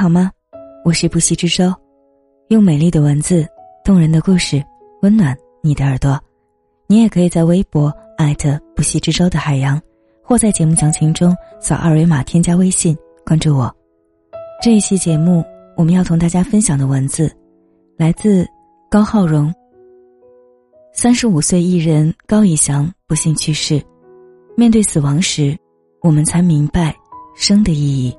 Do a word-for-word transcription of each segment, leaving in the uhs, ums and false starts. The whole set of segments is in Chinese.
好吗？我是不息之舟，用美丽的文字、动人的故事温暖你的耳朵。你也可以在微博艾特不息之舟的海洋，或在节目详情中扫二维码添加微信关注我。这一期节目我们要同大家分享的文字来自高浩荣。三十五岁艺人高以翔不幸去世，面对死亡时，我们才明白生的意义。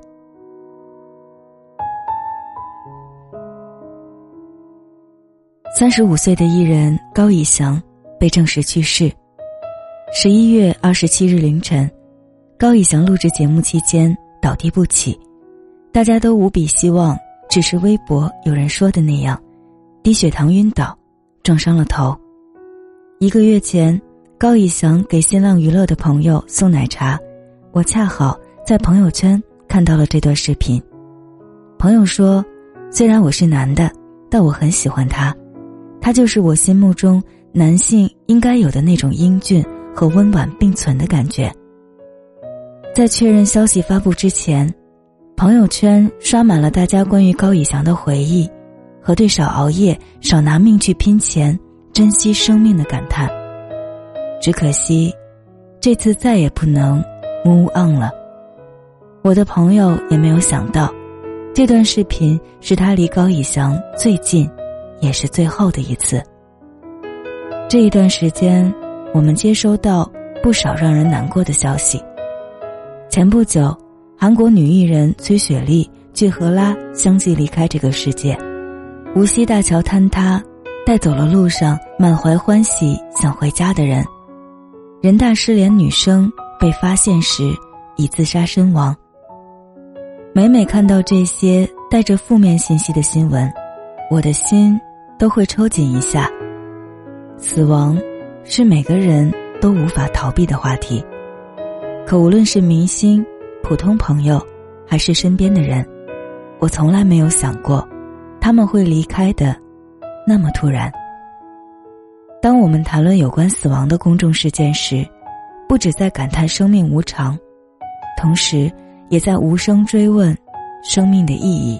三十五岁的艺人高以翔被证实去世。十一月二十七日凌晨，高以翔录制节目期间倒地不起，大家都无比希望只是微博有人说的那样，低血糖晕倒，撞伤了头。一个月前，高以翔给新浪娱乐的朋友送奶茶，我恰好在朋友圈看到了这段视频。朋友说，虽然我是男的，但我很喜欢他，他就是我心目中男性应该有的那种英俊和温婉并存的感觉。在确认消息发布之前，朋友圈刷满了大家关于高以翔的回忆和对少熬夜、少拿命去拼钱、珍惜生命的感叹。只可惜这次再也不能 move on 了。我的朋友也没有想到，这段视频是他离高以翔最近也是最后的一次。这一段时间，我们接收到不少让人难过的消息。前不久，韩国女艺人崔雪莉去荷拉相继离开这个世界。无锡大桥坍塌，带走了路上满怀欢喜想回家的人。人大失联女生被发现时已自杀身亡。每每看到这些带着负面信息的新闻，我的心都会抽紧一下。死亡是每个人都无法逃避的话题，可无论是明星、普通朋友还是身边的人，我从来没有想过他们会离开的那么突然。当我们谈论有关死亡的公众事件时，不只在感叹生命无常，同时也在无声追问生命的意义。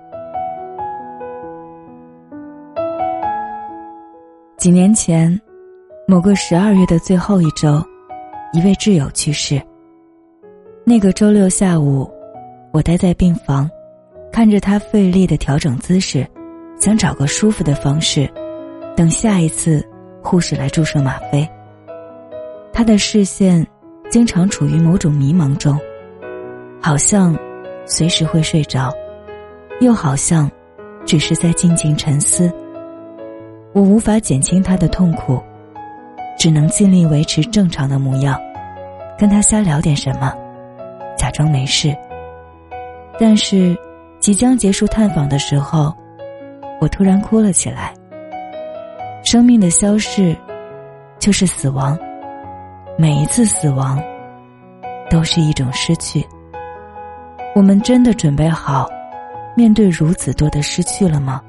几年前，某个十二月的最后一周，一位挚友去世。那个周六下午，我待在病房，看着他费力地调整姿势，想找个舒服的方式，等下一次护士来注射吗啡。他的视线经常处于某种迷茫中，好像随时会睡着，又好像只是在静静沉思。我无法减轻他的痛苦，只能尽力维持正常的模样，跟他瞎聊点什么，假装没事。但是即将结束探访的时候，我突然哭了起来。生命的消逝就是死亡，每一次死亡都是一种失去。我们真的准备好面对如此多的失去了吗？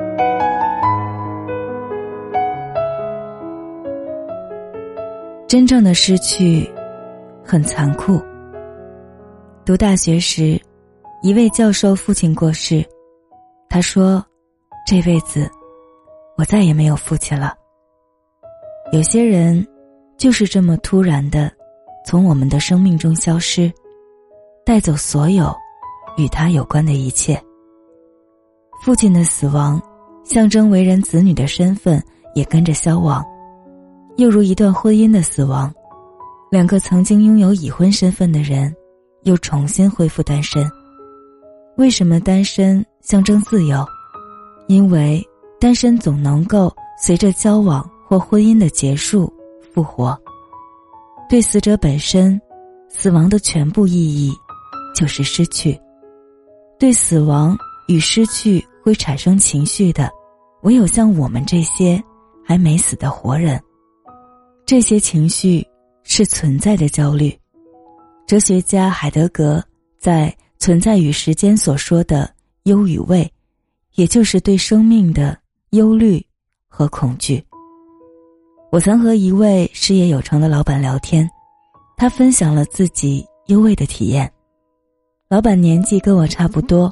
真正的失去很残酷。读大学时，一位教授父亲过世，他说，这辈子我再也没有父亲了。有些人就是这么突然的从我们的生命中消失，带走所有与他有关的一切。父亲的死亡象征为人子女的身份也跟着消亡，又如一段婚姻的死亡，两个曾经拥有已婚身份的人又重新恢复单身。为什么单身象征自由？因为单身总能够随着交往或婚姻的结束复活。对死者本身，死亡的全部意义就是失去。对死亡与失去会产生情绪的，唯有像我们这些还没死的活人。这些情绪是存在的焦虑。哲学家海德格在《存在与时间》所说的忧与畏，也就是对生命的忧虑和恐惧。我曾和一位事业有成的老板聊天，他分享了自己幽畏的体验。老板年纪跟我差不多，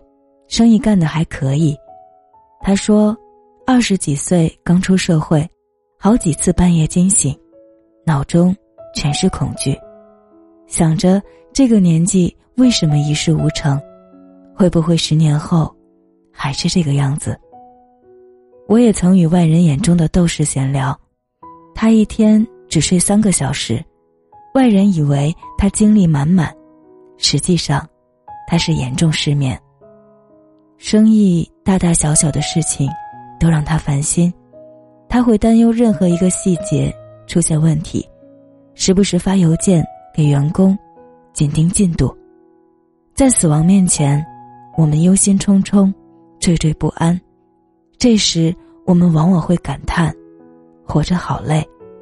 生意干得还可以。他说，二十几岁刚出社会，好几次半夜惊醒，脑中全是恐惧，想着这个年纪为什么一事无成，会不会十年后还是这个样子。我也曾与外人眼中的斗士闲聊，他一天只睡三个小时，外人以为他精力满满，实际上他是严重失眠。生意大大小小的事情都让他烦心，他会担忧任何一个细节出现问题，时不时发邮件给员工紧盯进度。在死亡面前，我们忧心忡忡，惴惴不安，这时我们往往会感叹，活着好累。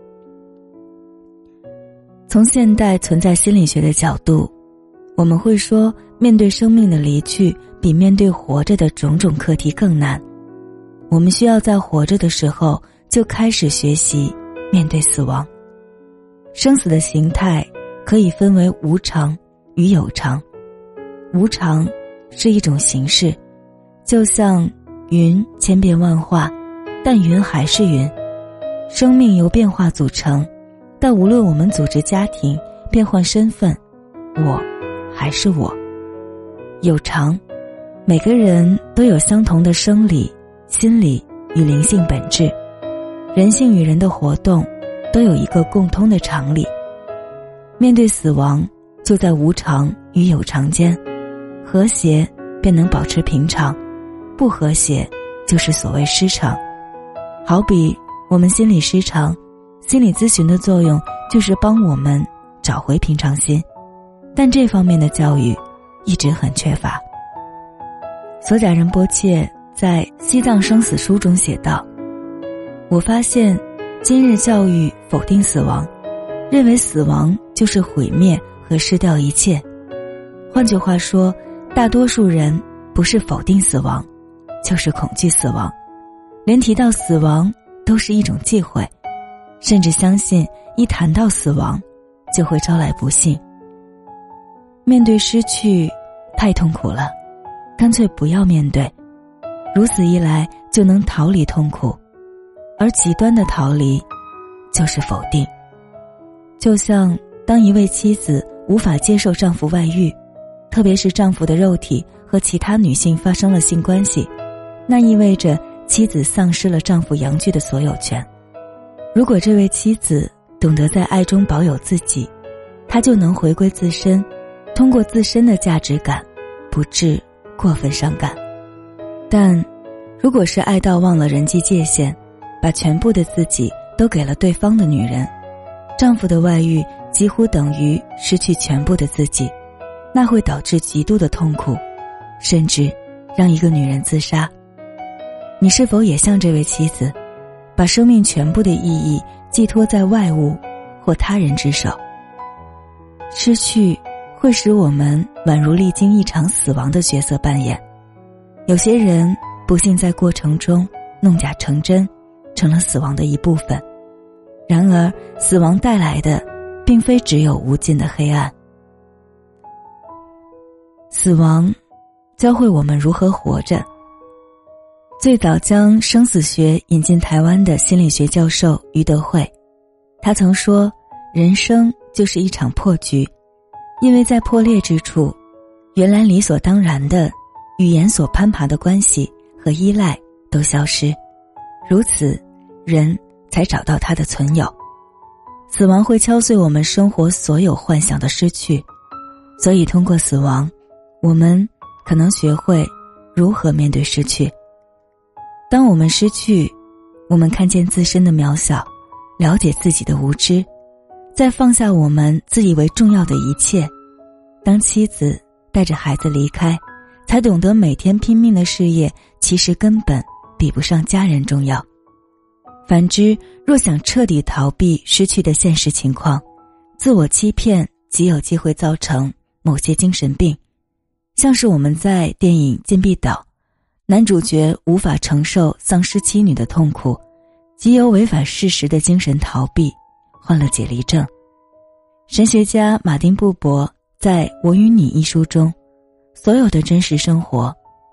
从现代存在心理学的角度，我们会说，面对生命的离去比面对活着的种种课题更难。我们需要在活着的时候就开始学习面对死亡。生死的形态可以分为无常与有常。无常是一种形式，就像云千变万化，但云还是云。生命由变化组成，但无论我们组织家庭，变换身份，我还是我。有常，每个人都有相同的生理、心理与灵性本质，人性与人的活动都有一个共通的常理。面对死亡，就在无常与有常间，和谐便能保持平常，不和谐就是所谓失常。好比我们心理失常，心理咨询的作用就是帮我们找回平常心，但这方面的教育一直很缺乏。索贾仁波切在《西藏生死书》中写道，我发现今日教育否定死亡，认为死亡就是毁灭和失掉一切。换句话说，大多数人不是否定死亡，就是恐惧死亡，连提到死亡都是一种忌讳，甚至相信一谈到死亡就会招来不幸。面对失去太痛苦了，干脆不要面对，如此一来就能逃离痛苦，而极端的逃离就是否定。就像当一位妻子无法接受丈夫外遇，特别是丈夫的肉体和其他女性发生了性关系，那意味着妻子丧失了丈夫阳具的所有权。如果这位妻子懂得在爱中保有自己，她就能回归自身，通过自身的价值感，不致过分伤感。但如果是爱到忘了人际界限，把全部的自己都给了对方的女人，丈夫的外遇几乎等于失去全部的自己，那会导致极度的痛苦，甚至让一个女人自杀。你是否也像这位妻子，把生命全部的意义寄托在外物或他人之手？失去会使我们宛如历经一场死亡的角色扮演。有些人不幸在过程中弄假成真，成了死亡的一部分。然而死亡带来的并非只有无尽的黑暗。死亡教会我们如何活着。最早将生死学引进台湾的心理学教授余德慧，他曾说，人生就是一场破局，因为在破裂之处，原来理所当然的语言所攀爬的关系和依赖都消失，如此人才找到他的存有。死亡会敲碎我们生活所有幻想的失去，所以通过死亡，我们可能学会如何面对失去。当我们失去，我们看见自身的渺小，了解自己的无知，再放下我们自以为重要的一切。当妻子带着孩子离开，才懂得每天拼命的事业其实根本比不上家人重要。反之，若想彻底逃避失去的现实情况，自我欺骗极有机会造成某些精神病。像是我们在电影《禁闭岛》，男主角无法承受丧失妻女的痛苦，极有违反事实的精神逃避，患了解离症。神学家马丁布伯在《我与你》一书中，所有的真实生活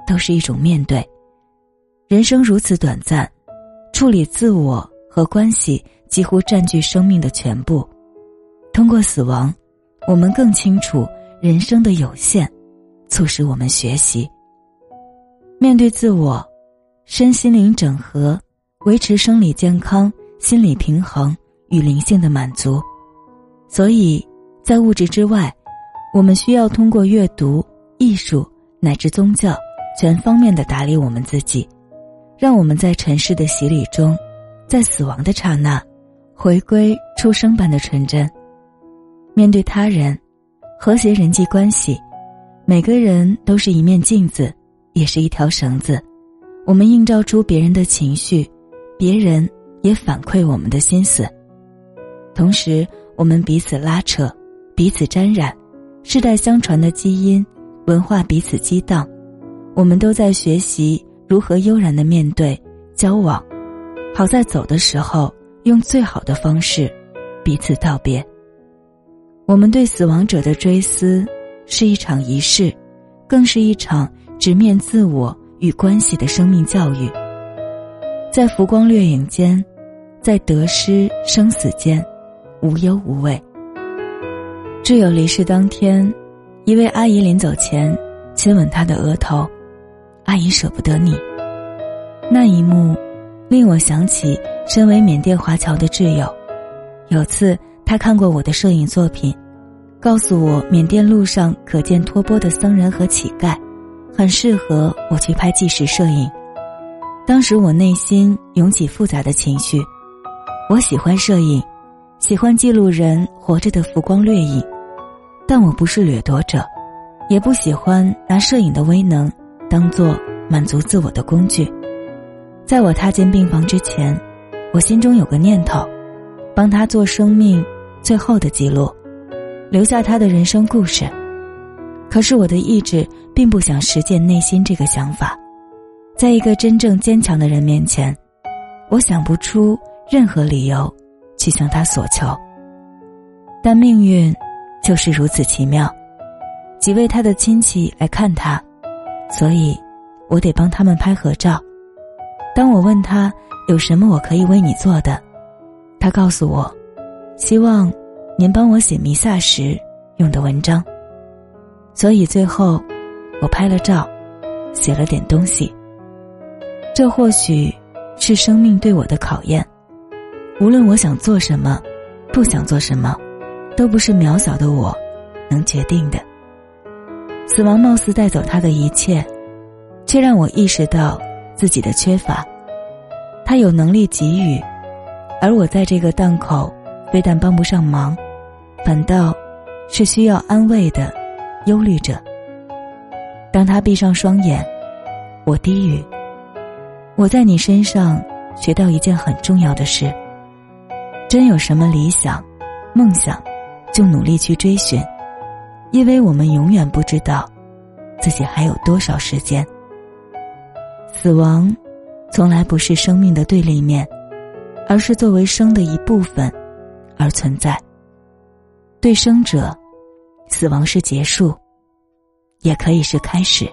都是一种面对。人生如此短暂，处理自我和关系几乎占据生命的全部。通过死亡，我们更清楚人生的有限，促使我们学习。面对自我，身心灵整合，维持生理健康、心理平衡与灵性的满足。所以在物质之外，我们需要通过阅读、艺术乃至宗教全方面的打理我们自己，让我们在尘世的洗礼中，在死亡的刹那回归出生般的纯真。面对他人，和谐人际关系，每个人都是一面镜子，也是一条绳子，我们映照出别人的情绪，别人也反馈我们的心思。同时我们彼此拉扯，彼此沾染，世代相传的基因文化彼此激荡，我们都在学习如何悠然地面对交往，好在走的时候用最好的方式彼此道别。我们对死亡者的追思是一场仪式，更是一场直面自我与关系的生命教育。在浮光掠影间，在得失生死间，无忧无畏。挚友离世当天，一位阿姨临走前亲吻她的额头，阿姨舍不得你。那一幕令我想起身为缅甸华侨的挚友，有次他看过我的摄影作品，告诉我缅甸路上可见托钵的僧人和乞丐，很适合我去拍纪实摄影。当时我内心涌起复杂的情绪，我喜欢摄影，喜欢记录人活着的浮光掠影，但我不是掠夺者，也不喜欢拿摄影的威能当作满足自我的工具。在我踏进病房之前，我心中有个念头，帮他做生命最后的记录，留下他的人生故事。可是我的意志并不想实践内心这个想法，在一个真正坚强的人面前，我想不出任何理由去向他所求。但命运就是如此奇妙，几位他的亲戚来看他，所以我得帮他们拍合照。当我问他有什么我可以为你做的，他告诉我，希望您帮我写弥撒时用的文章。所以最后我拍了照，写了点东西。这或许是生命对我的考验，无论我想做什么，不想做什么，都不是渺小的我能决定的。死亡貌似带走他的一切，却让我意识到自己的缺乏。他有能力给予，而我在这个档口非但帮不上忙，反倒是需要安慰的忧虑者。当他闭上双眼，我低语，我在你身上学到一件很重要的事，真有什么理想梦想就努力去追寻，因为我们永远不知道自己还有多少时间。死亡从来不是生命的对立面，而是作为生的一部分而存在。对生者，死亡是结束，也可以是开始。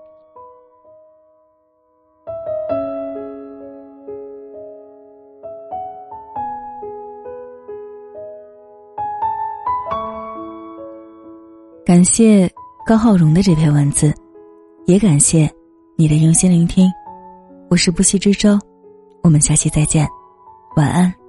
感谢高浩荣的这篇文字，也感谢你的用心聆听。我是不息之舟，我们下期再见，晚安。